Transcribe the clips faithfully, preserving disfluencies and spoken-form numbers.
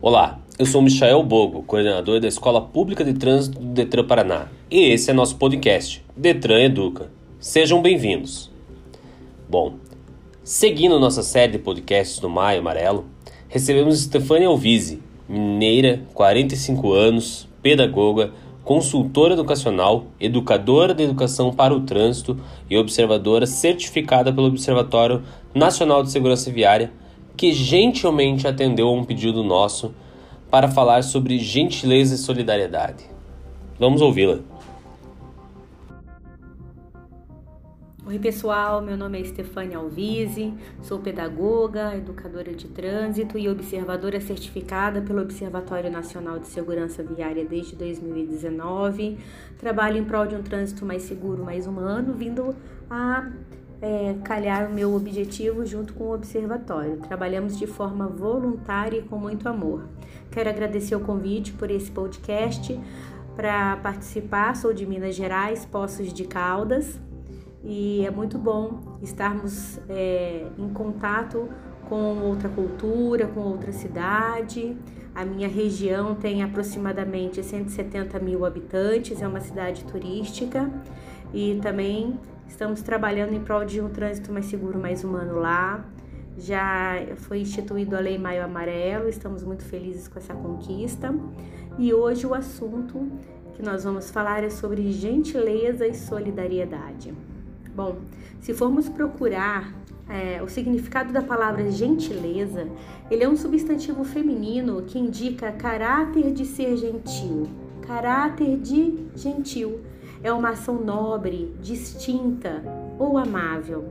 Olá, eu sou Michael Bogo, coordenador da Escola Pública de Trânsito do Detran Paraná, e esse é nosso podcast, Detran Educa. Sejam bem-vindos. Bom, seguindo nossa série de podcasts do Maio Amarelo, recebemos Stefania Alvise, mineira, quarenta e cinco anos, pedagoga, consultora educacional, educadora de educação para o trânsito e observadora certificada pelo Observatório Nacional de Segurança Viária, que gentilmente atendeu a um pedido nosso para falar sobre gentileza e solidariedade. Vamos ouvi-la. Oi pessoal, meu nome é Stefania Alvise, sou pedagoga, educadora de trânsito e observadora certificada pelo Observatório Nacional de Segurança Viária desde dois mil e dezenove. Trabalho em prol de um trânsito mais seguro, mais humano, vindo a é, calhar o meu objetivo junto com o Observatório. Trabalhamos de forma voluntária e com muito amor. Quero agradecer o convite por esse podcast para participar. Sou de Minas Gerais, Poços de Caldas. E é muito bom estarmos é, em contato com outra cultura, com outra cidade. A minha região tem aproximadamente cento e setenta mil habitantes, é uma cidade turística e também estamos trabalhando em prol de um trânsito mais seguro, mais humano lá. Já foi instituído a Lei Maio Amarelo, estamos muito felizes com essa conquista. E hoje o assunto que nós vamos falar é sobre gentileza e solidariedade. Bom, se formos procurar é, o significado da palavra gentileza, ele é um substantivo feminino que indica caráter de ser gentil. Caráter de gentil é uma ação nobre, distinta ou amável.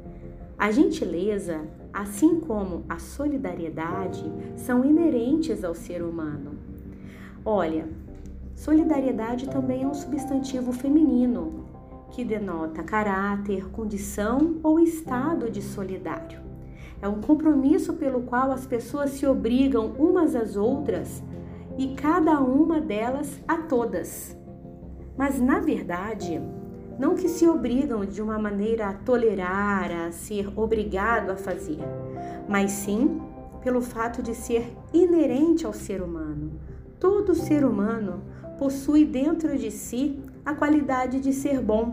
A gentileza, assim como a solidariedade, são inerentes ao ser humano. Olha, solidariedade também é um substantivo feminino, que denota caráter, condição ou estado de solidário. É um compromisso pelo qual as pessoas se obrigam umas às outras e cada uma delas a todas. Mas, na verdade, não que se obrigam de uma maneira a tolerar, a ser obrigado a fazer, mas sim pelo fato de ser inerente ao ser humano. Todo ser humano possui dentro de si a qualidade de ser bom.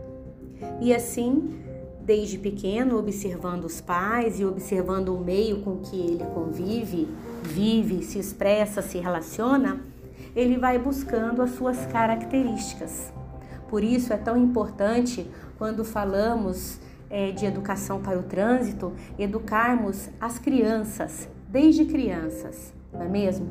E assim, desde pequeno, observando os pais e observando o meio com que ele convive, vive, se expressa, se relaciona, ele vai buscando as suas características. Por isso é tão importante, quando falamos é, de educação para o trânsito, educarmos as crianças, desde crianças, não é mesmo?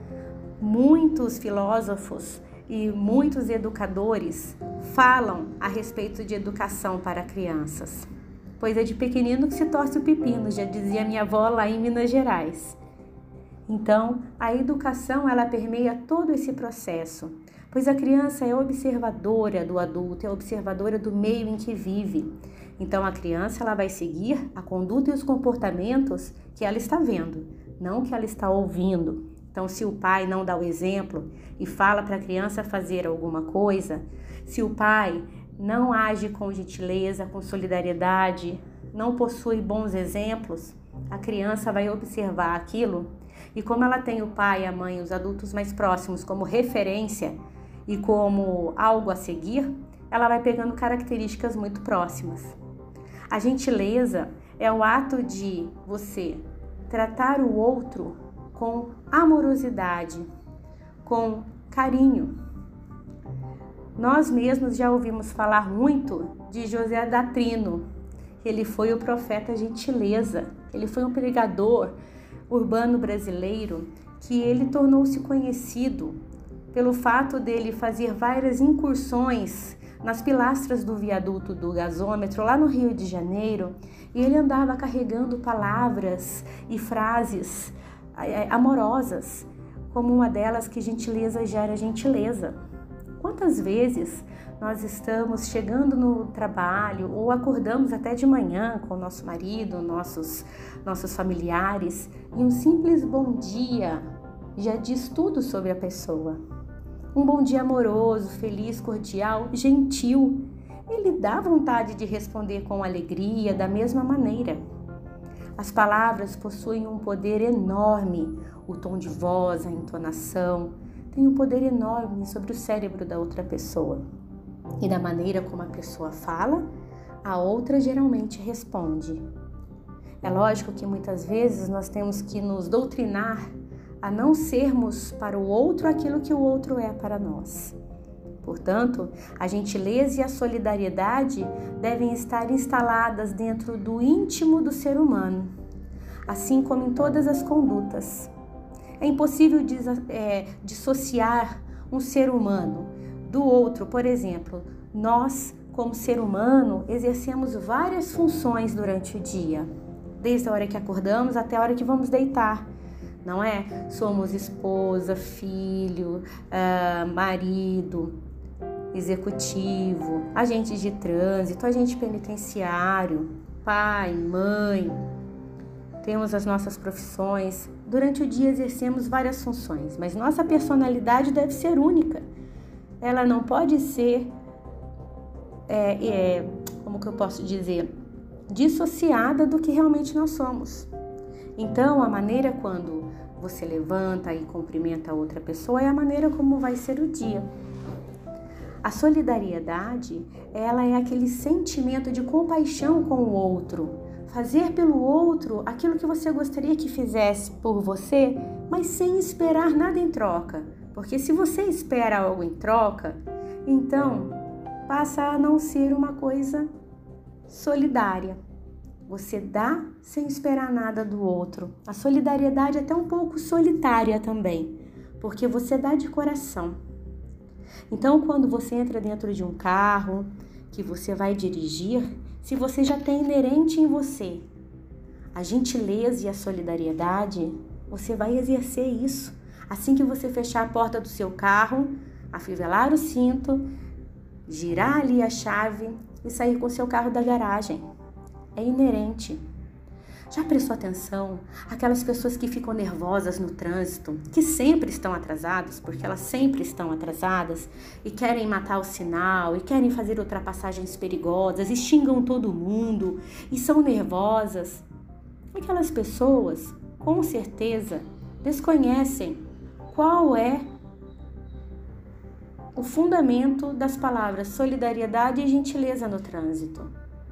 Muitos filósofos e muitos educadores falam a respeito de educação para crianças, pois é de pequenino que se torce o pepino, já dizia minha avó lá em Minas Gerais. Então, a educação ela permeia todo esse processo, pois a criança é observadora do adulto, é observadora do meio em que vive. Então, a criança ela vai seguir a conduta e os comportamentos que ela está vendo, não que ela está ouvindo. Então, se o pai não dá o exemplo e fala para a criança fazer alguma coisa, se o pai não age com gentileza, com solidariedade, não possui bons exemplos, a criança vai observar aquilo e como ela tem o pai, a mãe, os adultos mais próximos como referência e como algo a seguir, ela vai pegando características muito próximas. A gentileza é o ato de você tratar o outro com amorosidade, com carinho. Nós mesmos já ouvimos falar muito de José da Trino. Ele foi o profeta gentileza, ele foi um pregador urbano brasileiro que ele tornou-se conhecido pelo fato dele fazer várias incursões nas pilastras do viaduto do gasômetro lá no Rio de Janeiro, e ele andava carregando palavras e frases amorosas, como uma delas que gentileza gera gentileza. Quantas vezes nós estamos chegando no trabalho ou acordamos até de manhã com o nosso marido, nossos, nossos familiares, e um simples bom dia já diz tudo sobre a pessoa. Um bom dia amoroso, feliz, cordial, gentil. Ele dá vontade de responder com alegria, da mesma maneira. As palavras possuem um poder enorme. O tom de voz, a entonação, tem um poder enorme sobre o cérebro da outra pessoa. E da maneira como a pessoa fala, a outra geralmente responde. É lógico que muitas vezes nós temos que nos doutrinar a não sermos para o outro aquilo que o outro é para nós. Portanto, a gentileza e a solidariedade devem estar instaladas dentro do íntimo do ser humano, assim como em todas as condutas. É impossível é, dissociar um ser humano do outro. Por exemplo, nós, como ser humano, exercemos várias funções durante o dia, desde a hora que acordamos até a hora que vamos deitar. Não é? Somos esposa, filho, uh, marido, executivo, agente de trânsito, agente penitenciário, pai, mãe. Temos as nossas profissões. Durante o dia exercemos várias funções, mas nossa personalidade deve ser única. Ela não pode ser, é, é, como que eu posso dizer, dissociada do que realmente nós somos. Então, a maneira quando você levanta e cumprimenta a outra pessoa é a maneira como vai ser o dia. A solidariedade, ela é aquele sentimento de compaixão com o outro, fazer pelo outro aquilo que você gostaria que fizesse por você, mas sem esperar nada em troca. Porque se você espera algo em troca, então passa a não ser uma coisa solidária. Você dá sem esperar nada do outro. A solidariedade é até um pouco solitária também, porque você dá de coração. Então, quando você entra dentro de um carro que você vai dirigir, se você já tem inerente em você a gentileza e a solidariedade, você vai exercer isso. Assim que você fechar a porta do seu carro, afivelar o cinto, girar ali a chave e sair com o seu carro da garagem. É inerente. Já prestou atenção? Aquelas pessoas que ficam nervosas no trânsito, que sempre estão atrasadas, porque elas sempre estão atrasadas, e querem matar o sinal, e querem fazer ultrapassagens perigosas, e xingam todo mundo, e são nervosas. Aquelas pessoas, com certeza, desconhecem qual é o fundamento das palavras solidariedade e gentileza no trânsito.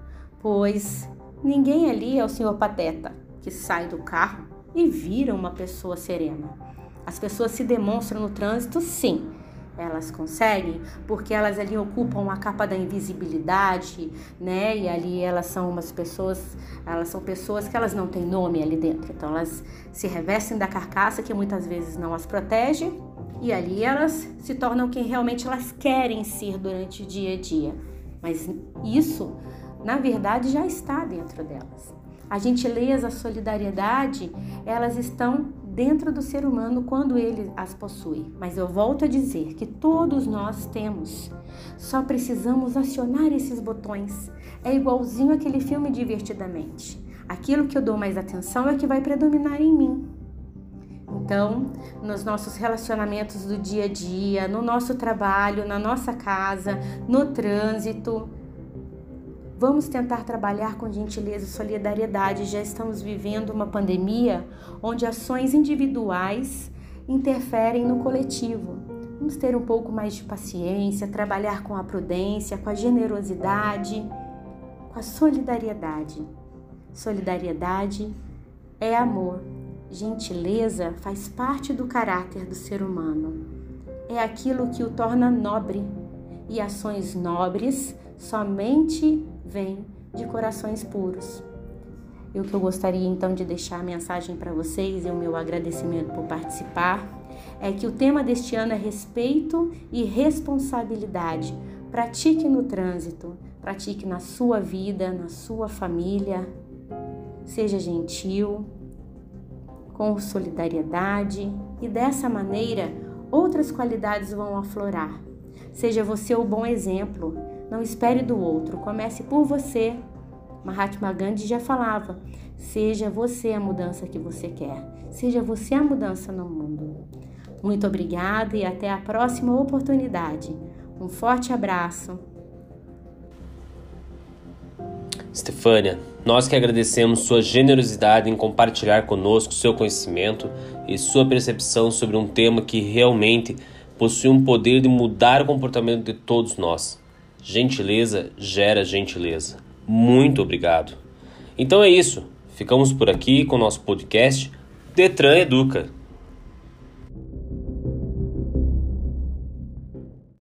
Pois ninguém ali é o senhor pateta que sai do carro e vira uma pessoa serena. As pessoas se demonstram no trânsito, sim. Elas conseguem, porque elas ali ocupam a capa da invisibilidade, né? E ali elas são umas pessoas, elas são pessoas que elas não têm nome ali dentro. Então elas se revestem da carcaça que muitas vezes não as protege e ali elas se tornam quem realmente elas querem ser durante o dia a dia. Mas isso, na verdade, já está dentro delas. A gentileza, a solidariedade, elas estão dentro do ser humano quando ele as possui. Mas eu volto a dizer que todos nós temos. Só precisamos acionar esses botões. É igualzinho aquele filme Divertidamente. Aquilo que eu dou mais atenção é que vai predominar em mim. Então, nos nossos relacionamentos do dia a dia, no nosso trabalho, na nossa casa, no trânsito, vamos tentar trabalhar com gentileza e solidariedade. Já estamos vivendo uma pandemia onde ações individuais interferem no coletivo. Vamos ter um pouco mais de paciência, trabalhar com a prudência, com a generosidade, com a solidariedade. Solidariedade é amor. Gentileza faz parte do caráter do ser humano. É aquilo que o torna nobre. E ações nobres somente vêm de corações puros. E o que eu gostaria então de deixar a mensagem para vocês e o meu agradecimento por participar é que o tema deste ano é respeito e responsabilidade. Pratique no trânsito, pratique na sua vida, na sua família. Seja gentil, com solidariedade e dessa maneira outras qualidades vão aflorar. Seja você o bom exemplo, não espere do outro, comece por você. Mahatma Gandhi já falava, seja você a mudança que você quer, seja você a mudança no mundo. Muito obrigada e até a próxima oportunidade. Um forte abraço. Stefânia, nós que agradecemos sua generosidade em compartilhar conosco seu conhecimento e sua percepção sobre um tema que realmente possui um poder de mudar o comportamento de todos nós. Gentileza gera gentileza. Muito obrigado. Então é isso. Ficamos por aqui com o nosso podcast Detran Educa.